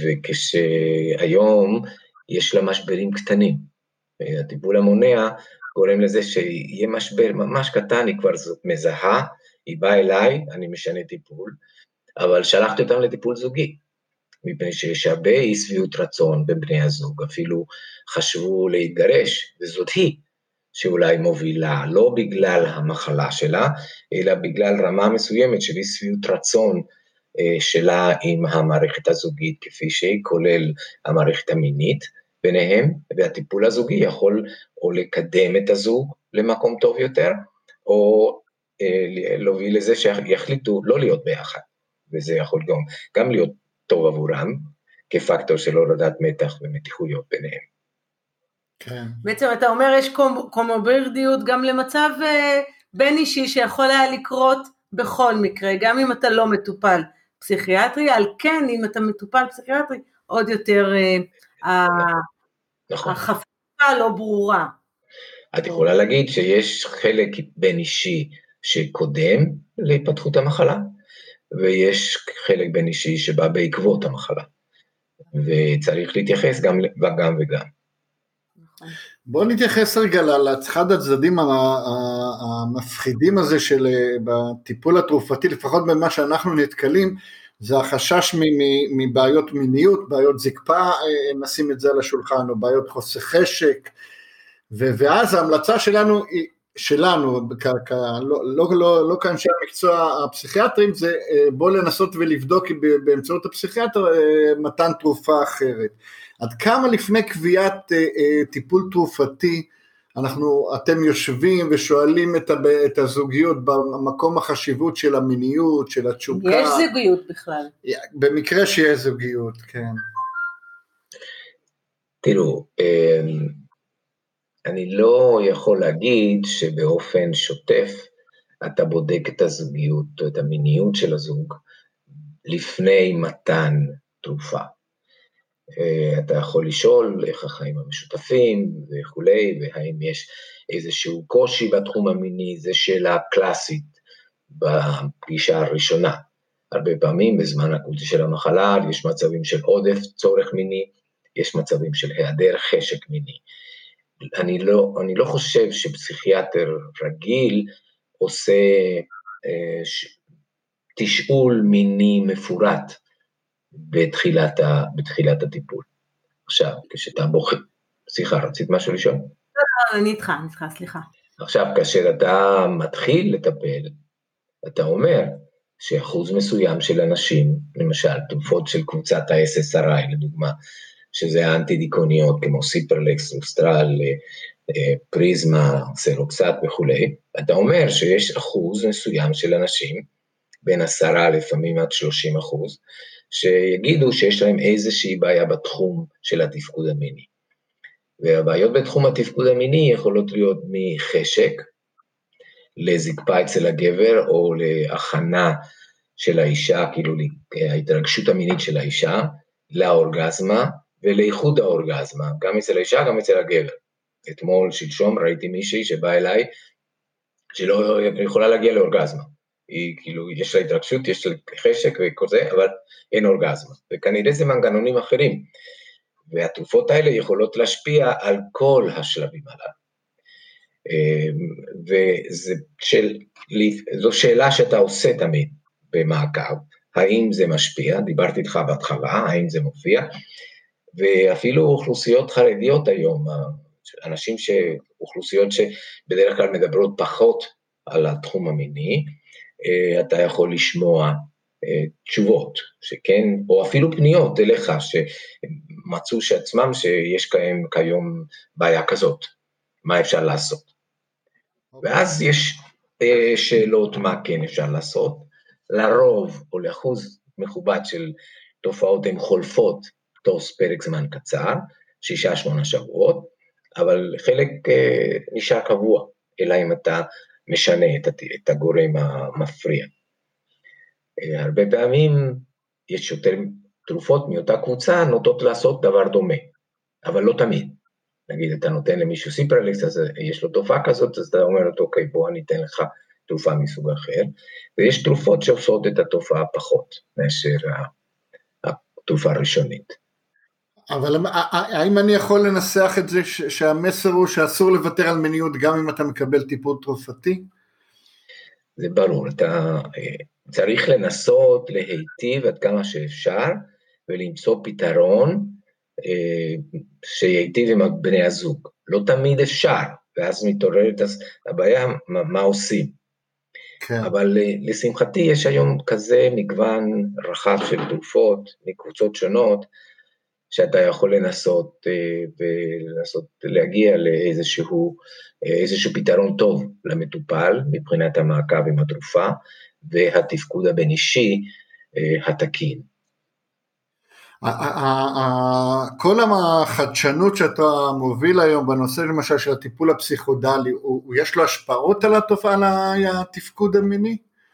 וכשהיום יש לה משברים קטנים. Uh, הטיפול המונע גורם לזה שיהיה משבר ממש קטן, היא כבר מזהה, היא באה אליי, אני משנה טיפול, אבל שלחתי אותם לטיפול זוגי. מפני שיש הרבה אי שביעות רצון בין בני הזוג, אפילו חשבו להתגרש, וזאת היא שאולי מובילה, לא בגלל המחלה שלה, אלא בגלל רמה מסוימת של אי שביעות רצון שלה עם המערכת הזוגית, כפי שהיא כולל המערכת המינית ביניהם, והטיפול הזוגי יכול או לקדם את הזוג למקום טוב יותר, או להוביל לזה שיחליטו לא להיות ביחד, וזה יכול גם, גם להיות טוב עבורם, כפקטור של הורדת מתח ומתיחויות ביניהם.
כן. בעצם אתה אומר, יש קומורבידיות גם למצב בין אישי, שיכול היה לקרות בכל מקרה, גם אם אתה לא מטופל פסיכיאטרי, על כן, אם אתה מטופל פסיכיאטרי, עוד יותר נכון. החפיפה לא ברורה.
את יכולה להגיד שיש חלק בין אישי שקודם להתפתחות המחלה, ויש חלק בין אישי שבא בעקבות המחלה, וצריך להתייחס גם, גם וגם.
בואו נתייחס רגע לאחד הצדדים המפחידים הזה של בטיפול התרופתי, לפחות במה שאנחנו נתקלים, זה החשש מבעיות מיניות, בעיות זקפה, נשים את זה על השולחן, או בעיות חוסר חשק, ואז ההמלצה שלנו היא, שלנו, כ- כ- לא, לא, לא, לא כאנשי המקצוע הפסיכיאטרים, זה בוא לנסות ולבדוק באמצעות הפסיכיאטר מתן תרופה אחרת. עד כמה לפני קביעת טיפול תרופתי, אנחנו, אתם יושבים ושואלים את, ה, את הזוגיות במקום החשיבות של המיניות, של התשוקה.
יש זוגיות בכלל.
במקרה שיש זוגיות, כן.
תראו, אני לא יכול להגיד שבאופן שוטף אתה בודק את הזוגיות או את המיניות של הזוג לפני מתן תרופה. אתה יכול לשאול איך החיים המשותפים וכולי, והאם יש איזשהו קושי בתחום המיני, זו שאלה קלאסית בפגישה הראשונה. הרבה פעמים בזמן אקוטי של המחלה, יש מצבים של עודף צורך מיני, יש מצבים של היעדר חשק מיני. אני לא, אני לא חושב שפסיכיאטר רגיל עושה אה, ש, תשאול מיני מפורט בתחילת, ה, בתחילת הטיפול. עכשיו, כשאתה בוחר, סליחה, רצית משהו לשאול?
לא, אני איתך, אני איתך, סליחה.
עכשיו, כאשר אתה מתחיל לטפל, אתה אומר שאחוז מסוים של אנשים, למשל, תרופות של קבוצת ה-אס אס אר איי, לדוגמה, שזה האנטי-דיכאוניות כמו סיפרלקס, לוסטרל, פריזמה, סלוקסט וכו', אתה אומר שיש אחוז מסוים של אנשים, בין עשרה לפעמים עד שלושים אחוז, שיגידו שיש להם איזושהי בעיה בתחום של התפקוד המיני. והבעיות בתחום התפקוד המיני יכולות להיות מחשק, לזקפה אצל הגבר, או להכנה של האישה, כאילו ההתרגשות המינית של האישה, לאורגזמה, ולאיחוד האורגזמה, גם אצל האישה, גם אצל הגבר. אתמול, שלשום, ראיתי מישהי שבא אליי, שלא יכולה להגיע לאורגזמה. היא כאילו, יש לה התרגשות, יש לה חשק וכל זה, אבל אין אורגזמה. וכנראה זה מנגנונים אחרים. והתרופות האלה יכולות להשפיע על כל השלבים הללו. וזו שאלה שאתה עושה תמיד במעקב, האם זה משפיע, דיברתי איתך בהתחלה, האם זה מופיע, ואפילו אוכלוסיות חרדיות היום, אנשים שאוכלוסיות שבדרך כלל מדברות פחות על התחום המיני, אתה יכול לשמוע תשובות, שכן, או אפילו פניות אליך, שמצאו שעצמם שיש כיום, כיום בעיה כזאת, מה אפשר לעשות. ואז יש שאלות מה כן אפשר לעשות, לרוב או לאחוז מכובד של תופעות הן חולפות תוך פרק זמן קצר, שישה שמונה שבועות, אבל חלק נשאר קבוע, אלא אם אתה משנה את הגורם המפריע. הרבה פעמים יש יותר תרופות מאותה קבוצה, נוטות לעשות דבר דומה, אבל לא תמיד. נגיד, אתה נותן למישהו סיפרלקס, אז יש לו תופעה כזאת, אז אתה אומר לו, אוקיי, בוא אני אתן לך תרופה מסוג אחר, ויש תרופות שעושות את התופעה פחות, מאשר התרופה הראשונית.
אבל האם אני יכול לנסח את זה שהמסר הוא שאסור לוותר על מיניות גם אם אתה מקבל טיפול תרופתי?
זה ברור, אתה צריך לנסות להיטיב עד כמה שאפשר, ולמצוא פתרון שיטיב עם בני הזוג. לא תמיד אפשר, ואז מתעוררת הבעיה, מה, מה עושים. כן. אבל לשמחתי יש היום כזה מגוון רחב של תרופות, מקבוצות שונות, שאתה יכול לנסות, ולנסות להגיע לאיזשהו איזשהו פתרון טוב למטופל, מבחינת המעקב עם התרופה, והתפקוד הבין אישי התקין.
כל החדשנות שאתה מוביל היום בנושא למשל של הטיפול הפסיכודלי, יש לו השפעות על התופעה, על התפקוד המיני?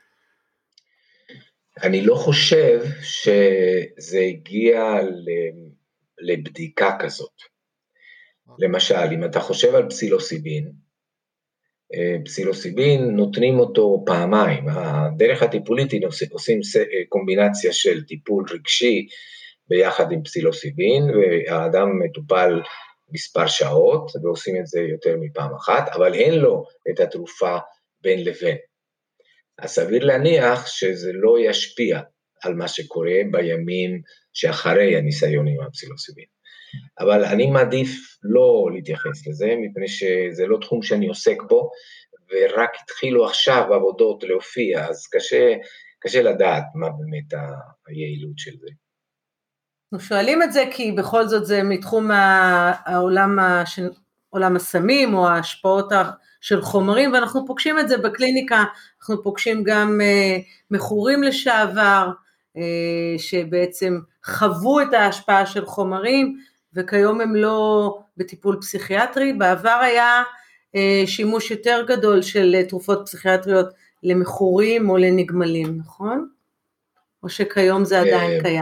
אני לא חושב שזה הגיע לבדיקה כזאת. למשל, אם אתה חושב על פסילוסיבין, פסילוסיבין נותנים אותו פעמיים, הדרך הטיפולית עושים קומבינציה של טיפול רגשי, ביחד עם פסילוסיבין, והאדם מטופל מספר שעות, ועושים את זה יותר מפעם אחת, אבל אין לו את התרופה בין לבין. אז סביר להניח שזה לא ישפיע על מה שקורה בימים שאחרי הניסיון עם הפסילוסיבין. אבל אני מעדיף לא להתייחס לזה, מפני שזה לא תחום שאני עוסק בו, ורק התחילו עכשיו עבודות להופיע, אז קשה, קשה לדעת מה באמת היעילות של זה.
אנחנו שואלים את זה כי בכל זאת זה מתחום העולם, עולם הסמים או ההשפעות של חומרים, ואנחנו פוגשים את זה בקליניקה, אנחנו פוגשים גם מכורים לשעבר, שבעצם חוו את ההשפעה של חומרים, וכיום הם לא בטיפול פסיכיאטרי. בעבר היה שימוש יותר גדול של תרופות פסיכיאטריות למכורים או לנגמלים, נכון? או שכיום זה עדיין קיים?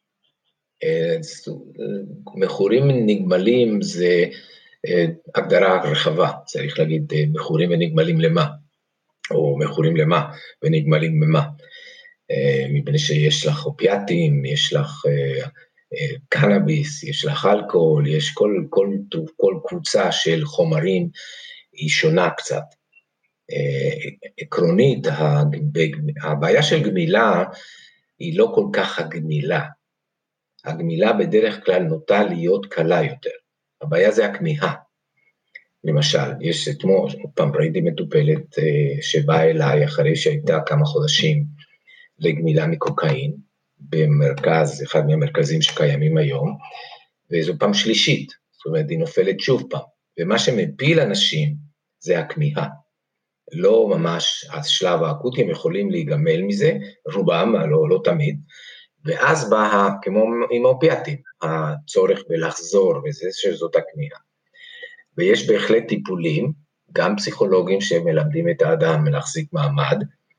מכורים נגמלים זה הגדרה רחבה, צריך להגיד מכורים ונגמלים למה, או מכורים למה ונגמלים ממה. מפני שיש לך אופיאטים, יש לך קנאביס, יש לך אלכוהול, יש כל, כל, כל קבוצה של חומרים, היא שונה קצת. עקרונית, הבעיה של גמילה היא לא כל כך הגמילה. הגמילה בדרך כלל נוטה להיות קלה יותר. הבעיה זה הכמיהה. למשל, יש אתמול, פעם ראיתי מטופלת שבאה אליי אחרי שהייתה כמה חודשים לגמילה מקוקאין, במרכז, אחד מהמרכזים שקיימים היום, וזו פעם שלישית, זאת אומרת, היא נופלת שוב פעם, ומה שמפיל אנשים זה הכמיהה. לא ממש השלב האקוטי, הם יכולים להיגמל מזה, רובם, לא, לא תמיד, ואז בא, כמו עם האופיאטים, הצורך בלחזור, וזה שזאת הכמיהה. ויש בהחלט טיפולים, גם פסיכולוגים שמלמדים את האדם להחזיק מעמד,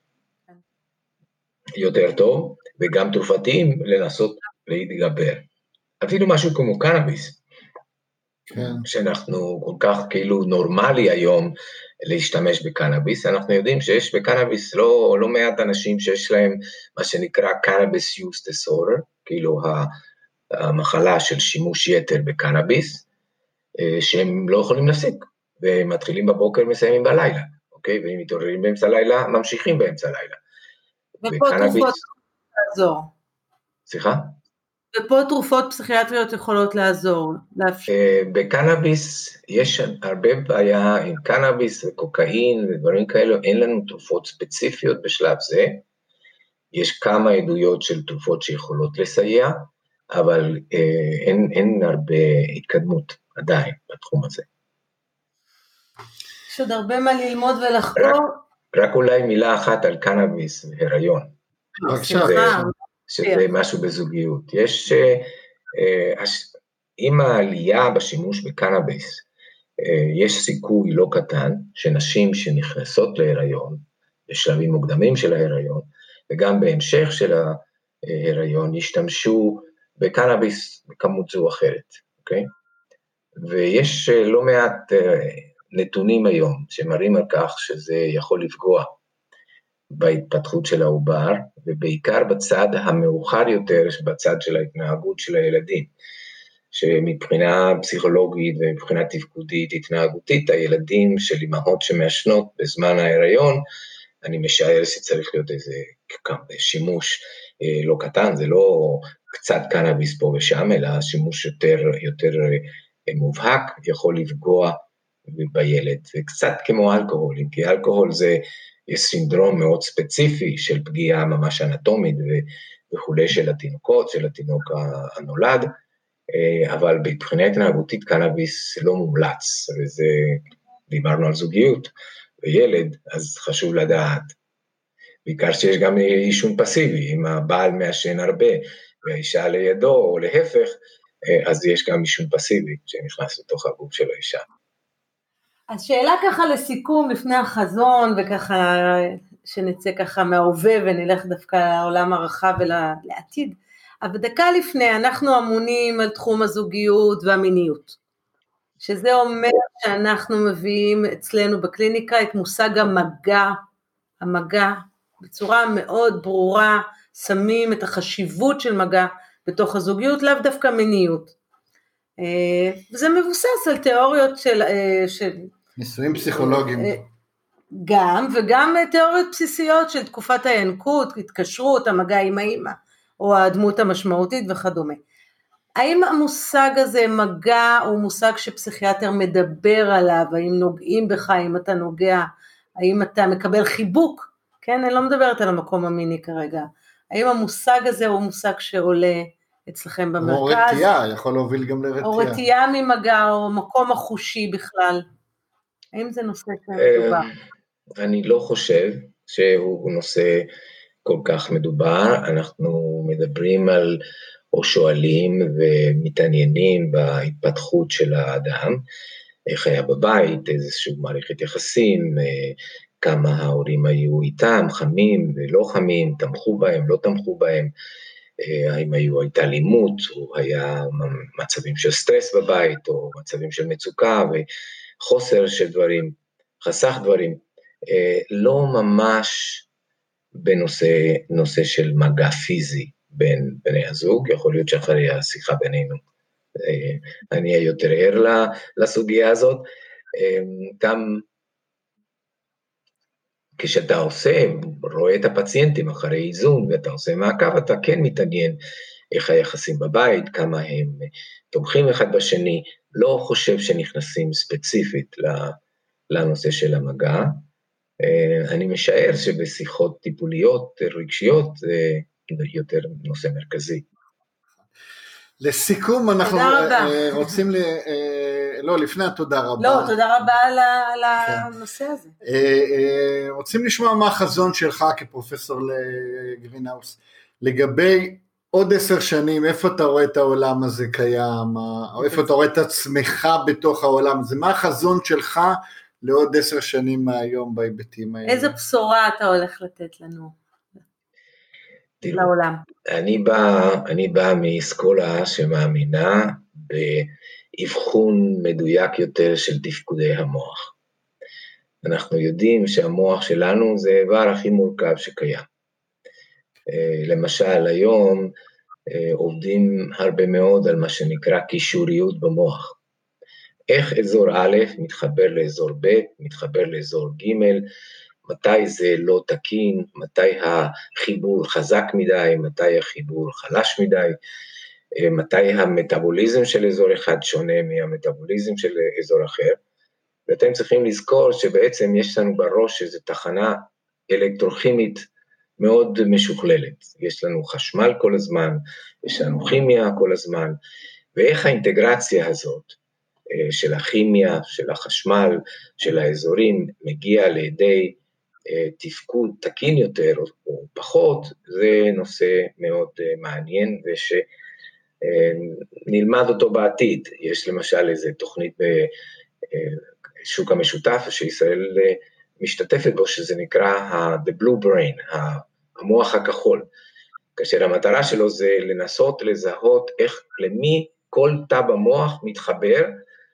יותר טוב, וגם תרופתיים לנסות להתגבר. אפילו משהו כמו קנאביס, כן. שאנחנו כל כך כאילו נורמלי היום להשתמש בקנאביס, אנחנו יודעים שיש בקנאביס לא, לא מעט אנשים שיש להם מה שנקרא קנאביס use disorder, כאילו המחלה של שימוש יתר בקנאביס, שהם לא יכולים להפסיק, ומתחילים בבוקר מסיימים בלילה, אוקיי? ואם מתעוררים באמצע הלילה, ממשיכים באמצע הלילה.
ופה תרופות לעזור.
סליחה?
ופה תרופות פסיכיאטריות יכולות לעזור.
בקנאביס יש הרבה בעיה עם קנאביס וקוקאין ודברים כאלו, אין לנו תרופות ספציפיות בשלב זה, יש כמה עדויות של תרופות שיכולות לסייע, אבל אין, אין הרבה התקדמות עדיין בתחום הזה.
יש עוד הרבה מה ללמוד ולחקור.
רק, רק אולי מילה אחת על קנאביס והיריון. שזה, שזה משהו בזוגיות. יש, עם העלייה בשימוש בקנאביס, יש סיכוי לא קטן, שנשים שנכנסות להיריון, בשלבים מוקדמים של ההיריון, וגם בהמשך של ההיריון, ישתמשו בקנאביס בכמות זו אחרת, אוקיי? ויש לא מעט נתונים היום שמראים על כך שזה יכול לפגוע בהתפתחות של העובר, ובעיקר בצד המאוחר יותר, בצד של ההתנהגות של הילדים, שמבחינה פסיכולוגית ומבחינה תפקודית, התנהגותית, הילדים של אמהות שמעשנות בזמן ההיריון, אני משער שצריך להיות איזה שימוש לא קטן, זה לא קצת קנאביס פה ושם, אלא שימוש יותר, יותר מובהק, יכול לפגוע בילד, וקצת כמו אלכוהול, כי אלכוהול זה סינדרום מאוד ספציפי של פגיעה ממש אנטומית וכו' של התינוקות, של התינוק הנולד, אבל מבחינה התנהגותית קנאביס לא מומלץ, וזה, דיברנו על זוגיות וילד, אז חשוב לדעת, בעיקר שיש גם עישון פסיבי, אם הבעל מעשן הרבה, והאישה לידו או להפך, אז יש גם עישון פסיבי שנכנס לתוך הגוף של האישה.
אז שאלה ככה לסיכום לפני החזון, וככה שנצא ככה מההווה ונלך דווקא לעולם הרחב ולעתיד, אבל דקה לפני אנחנו אמונים על תחום הזוגיות והמיניות, שזה אומר שאנחנו מביאים אצלנו בקליניקה את מושג המגע, המגע בצורה מאוד ברורה, שמים את החשיבות של מגע בתוך הזוגיות, לאו דווקא מיניות. וזה מבוסס על תיאוריות של... של
ניסויים פסיכולוגיים.
גם, וגם תיאוריות בסיסיות של תקופת הינקות, התקשרות, המגע עם האמא, או הדמות המשמעותית וכדומה. האם המושג הזה, מגע, הוא מושג שפסיכיאטר מדבר עליו, האם נוגעים בך, האם אתה נוגע, האם אתה מקבל חיבוק, כן, אני לא מדברת על המקום המיני כרגע, האם המושג הזה הוא מושג שעולה אצלכם במרכז?
או רתיעה, יכול להוביל גם לרתיעה.
או רתיעה ממגע, או מקום החושי בכלל. האם זה נושא שמדובר?
אני לא חושב שהוא נושא כל כך מדובר, אנחנו מדברים על, או שואלים ומתעניינים בהתפתחות של האדם, איך היה בבית, איזשהו מערכת יחסים, כמה ההורים היו איתם, חמים ולא חמים, תמכו בהם, לא תמכו בהם, האם היו, הייתה לימות, או היה מצבים של סטרס בבית, או מצבים של מצוקה, וחוסר של דברים, חסך דברים, לא ממש בנושא נושא של מגע פיזי בין בני הזוג. יכול להיות שאחרי השיחה בינינו אני אהיה יותר ער לסוגיה הזאת. גם כשאתה עושה, רואה את הפציינטים אחרי איזון, ואתה עושה מעקב, אתה כן מתעניין איך היחסים בבית, כמה הם תומכים אחד בשני, לא חושב שנכנסים ספציפית לנושא של המגע. אני משער שבשיחות טיפוליות, רגשיות, זה יותר נושא מרכזי.
לסיכום, אנחנו רוצים ל... לא, לפני התודה רבה.
לא, תודה רבה על הנושא הזה.
רוצים לשמוע מה החזון שלך כפרופסור לגרינהאוס, לגבי עוד עשר שנים, איפה אתה רואה את העולם הזה קיים, או איפה אתה רואה את עצמך בתוך העולם הזה, מה החזון שלך לעוד עשר שנים מהיום בהיבטים האלה?
איזה בשורה אתה הולך לתת לנו לעולם?
אני בא, אני בא מאסכולה שמאמינה באבחון מדויק יותר של תפקודי המוח. אנחנו יודעים שהמוח שלנו זה האיבר הכי מורכב שקיים. למשל, היום עובדים הרבה מאוד על מה שנקרא קישוריות במוח. איך אזור א' מתחבר לאזור ב', מתחבר לאזור ג', מתי זה לא תקין, מתי החיבור חזק מדי, מתי החיבור חלש מדי, מתי המטאבוליזם של אזור אחד שונה מהמטאבוליזם של אזור אחר, ואתם צריכים לזכור שבעצם יש לנו בראש איזו תחנה אלקטרוכימית מאוד משוכללת, יש לנו חשמל כל הזמן, יש לנו כימיה כל הזמן, ואיך האינטגרציה הזאת של הכימיה, של החשמל, של האזורים, מגיע לידי תפקוד תקין יותר או פחות, זה נושא מאוד מעניין, ושנלמד אותו בעתיד. יש למשל איזו תוכנית בשוק המשותף, שישראל משתתפת בו, שזה נקרא ה-The Blue Brain, המוח הכחול, כאשר המטרה שלו זה לנסות לזהות איך, למי כל תא במוח מתחבר,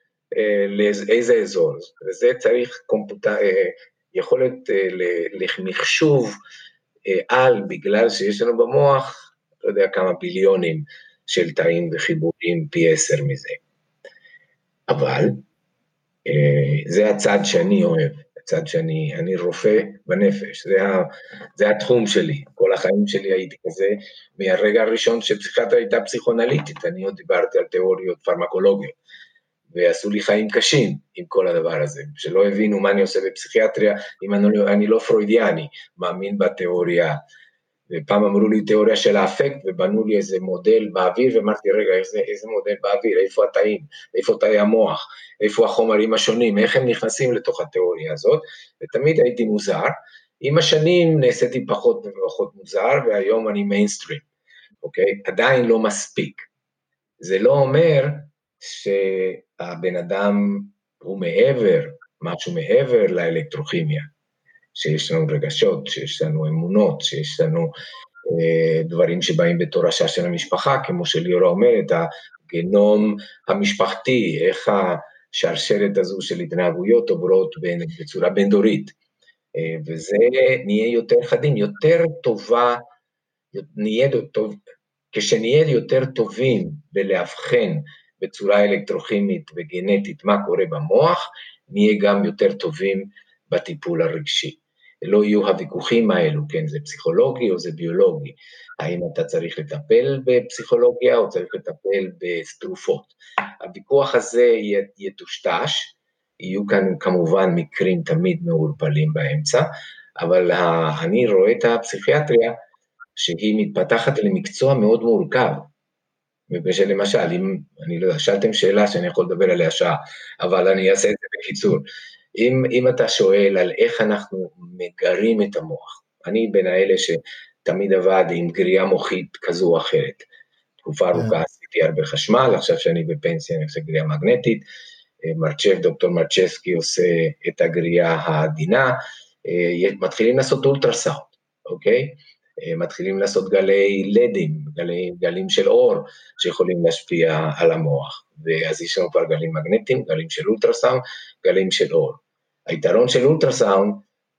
לאיזה אזור, וזה צריך קומפוטר, יכולת למחשוב על, בגלל שיש לנו במוח, לא יודע כמה ביליונים של תאים וחיבורים פי עשר מזה. אבל זה הצד שאני אוהב, הצד שאני, אני רופא בנפש, זה, ה, זה התחום שלי, כל החיים שלי הייתי כזה, מהרגע הראשון שפסיכיאטריה הייתה פסיכואנליטית, אני עוד דיברתי על תיאוריות פרמקולוגיות, ועשו לי חיים קשים עם כל הדבר הזה, שלא הבינו מה אני עושה בפסיכיאטריה, אם אני לא, אני לא פרוידיאני, מאמין בתיאוריה, ופעם אמרו לי תיאוריה של האפקט, ובנו לי איזה מודל באוויר, ואמרתי רגע, איזה, איזה מודל באוויר, איפה התאים, איפה תאי המוח, איפה החומרים השונים, איך הם נכנסים לתוך התיאוריה הזאת, ותמיד הייתי מוזר, עם השנים נעשיתי פחות ופחות מוזר, והיום אני מיינסטרים, אוקיי? עדיין לא מספיק, זה לא אומר, שהבן אדם הוא מעבר, משהו מעבר לאלקטרוכימיה, שיש לנו רגשות, שיש לנו אמונות, שיש לנו אה, דברים שבאים בתורשה של המשפחה, כמו שליאורה אומרת, הגנום המשפחתי, איך השרשרת הזו של התנהגויות עוברות בין, בצורה בין דורית, אה, וזה נהיה יותר חדים, יותר טובה, נהיה טוב, כשנהיה יותר טובים בלהבחן, בצורה אלקטרוכימית וגנטית מה קורה במוח, נהיה גם יותר טובים בטיפול הרגשי. לא יהיו הוויכוחים האלו, כן, זה פסיכולוגי או זה ביולוגי, האם אתה צריך לטפל בפסיכולוגיה או צריך לטפל בתרופות. הוויכוח הזה יטושטש, יהיו כאן כמובן מקרים תמיד מעורפלים באמצע, אבל אני רואה את הפסיכיאטריה שהיא מתפתחת למקצוע מאוד מורכב, ובשל למשל, אם, אני לא יודע, שאלתם שאלה שאני יכול לדבר עליה שעה, אבל אני אעשה את זה בקיצור, אם, אם אתה שואל על איך אנחנו מגרים את המוח, אני בין האלה שתמיד עבד עם גרייה מוחית כזו או אחרת, תקופה ארוכה עשיתי הרבה חשמל, עכשיו שאני בפנסיה אני עושה גרייה מגנטית, מרצ'ב, דוקטור מרצ'בסקי עושה את הגרייה העדינה, מתחילים לעשות אולטרסאונד, אוקיי? מתחילים לעשות גלי לדים, גלי, גלים של אור, שיכולים להשפיע על המוח, ואז יש לנו כבר גלים מגנטיים, גלים של אולטרסאונד, גלים של אור. היתרון של אולטרסאונד,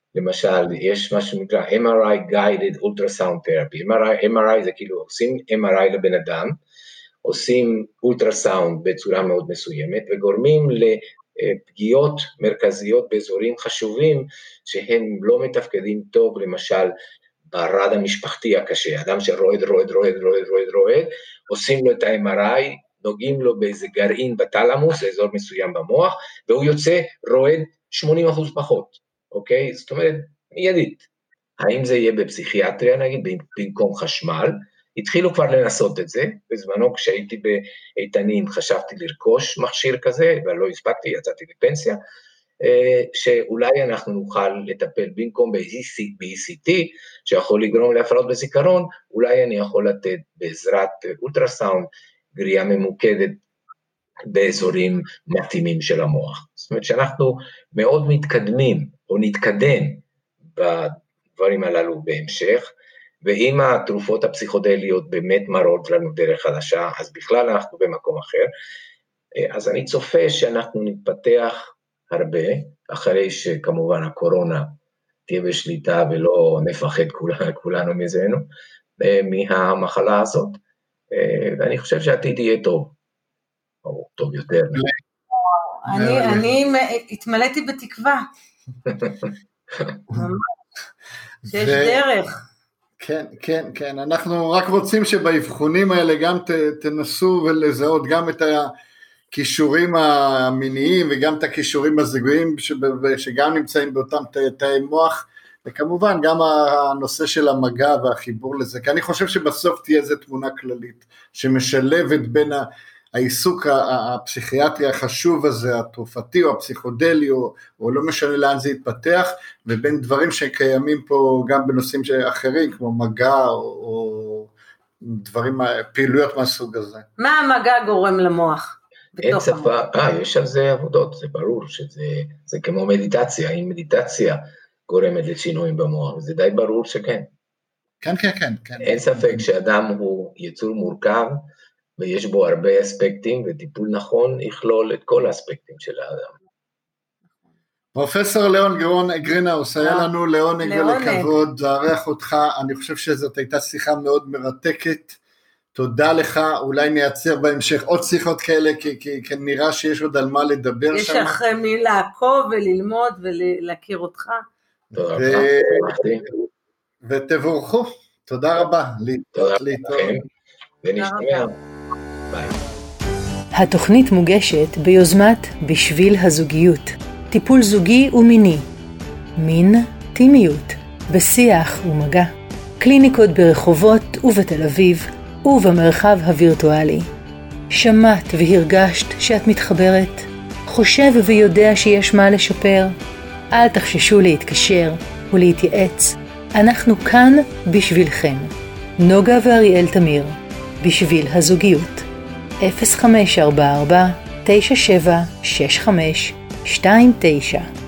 למשל, יש מה שנקרא M R I Guided Ultrasound Therapy, M R I, M R I זה כאילו עושים M R I לבן אדם, עושים אולטרסאונד בצורה מאוד מסוימת, וגורמים לפגיעות מרכזיות באזורים חשובים, שהם לא מתפקדים טוב, למשל, ברד המשפחתי הקשה, אדם שרועד, רועד, רועד, רועד, רועד, רועד, עושים לו את ה-M R I, נוגעים לו באיזה גרעין בתלמוס, אזור מסוים במוח, והוא יוצא רועד שמונים אחוז פחות, אוקיי? זאת אומרת, מיידית. האם זה יהיה בפסיכיאטריה, נגיד, במקום חשמל? התחילו כבר לנסות את זה, בזמנו כשהייתי באיתנים חשבתי לרכוש מכשיר כזה, אבל לא הספקתי, יצאתי לפנסיה, שאולי אנחנו נוכל לטפל במקום ב-E C T, שיכול לגרום להפרעות בזיכרון, אולי אני יכול לתת בעזרת אולטרסאונד, גריעה ממוקדת באזורים מתאימים של המוח. זאת אומרת שאנחנו מאוד מתקדמים, או נתקדם בדברים הללו בהמשך, ואם התרופות הפסיכודליות באמת מראות לנו דרך חדשה, אז בכלל אנחנו במקום אחר, אז אני צופה שאנחנו נתפתח הרבה, אחרי שכמובן הקורונה תהיה בשליטה, ולא נפחד כולנו, כולנו מזהנו, מהמחלה הזאת, ואני חושב שהעתיד יהיה טוב, או טוב יותר.
אני, אני התמלאתי בתקווה. שיש דרך.
כן, כן, כן, אנחנו רק רוצים שבאבחונים האלה גם ת, תנסו ולזהות גם את הכישורים המיניים וגם את הכישורים הזוגיים שגם נמצאים באותם תאי מוח, וכמובן גם הנושא של המגע והחיבור לזה, כי אני חושב שבסוף תהיה איזו תמונה כללית שמשלבת בין העיסוק הפסיכיאטרי החשוב הזה, התרופתי או הפסיכודלי, או, או לא משנה לאן זה יתפתח, ובין דברים שקיימים פה גם בנושאים אחרים, כמו מגע או, או דברים, פעילויות מהסוג הזה.
מה המגע גורם למוח?
אין שפה, אה, יש על זה עבודות, זה ברור שזה זה כמו מדיטציה, אם מדיטציה גורמת לשינויים במוח, זה די ברור שכן.
כן, כן, כן. כן.
אין ספק שאדם הוא יצור מורכב, ויש בו הרבה אספקטים, וטיפול נכון יכלול את כל האספקטים של האדם.
פרופסור ליאון גרינהאוס, היה לנו לעונג ולכבוד לארח אותך, אני חושב שזאת הייתה שיחה מאוד מרתקת, תודה לך, אולי נייצר בהמשך עוד שיחות כאלה, כי, כי, כי נראה שיש עוד על מה לדבר
יש
שם.
יש אחרי מי לעקוב וללמוד ולהכיר אותך.
תודה רבה.
ותבורכו, תודה רבה.
תודה לכם, ונשתמע. ביי.
התוכנית מוגשת ביוזמת בשביל הזוגיות, טיפול זוגי ומיני, מין, טימיות, בשיח ומגע, קליניקות ברחובות ובתל אביב ובמרחב הווירטואלי. שמעת והרגשת שאת מתחברת, חושב ויודע שיש מה לשפר, אל תחששו להתקשר ולהתייעץ, אנחנו כאן בשבילכם. נוגה ואריאל תמיר, בשביל הזוגיות. אפס חמש ארבע ארבע תשע שבע שש חמש שתיים תשע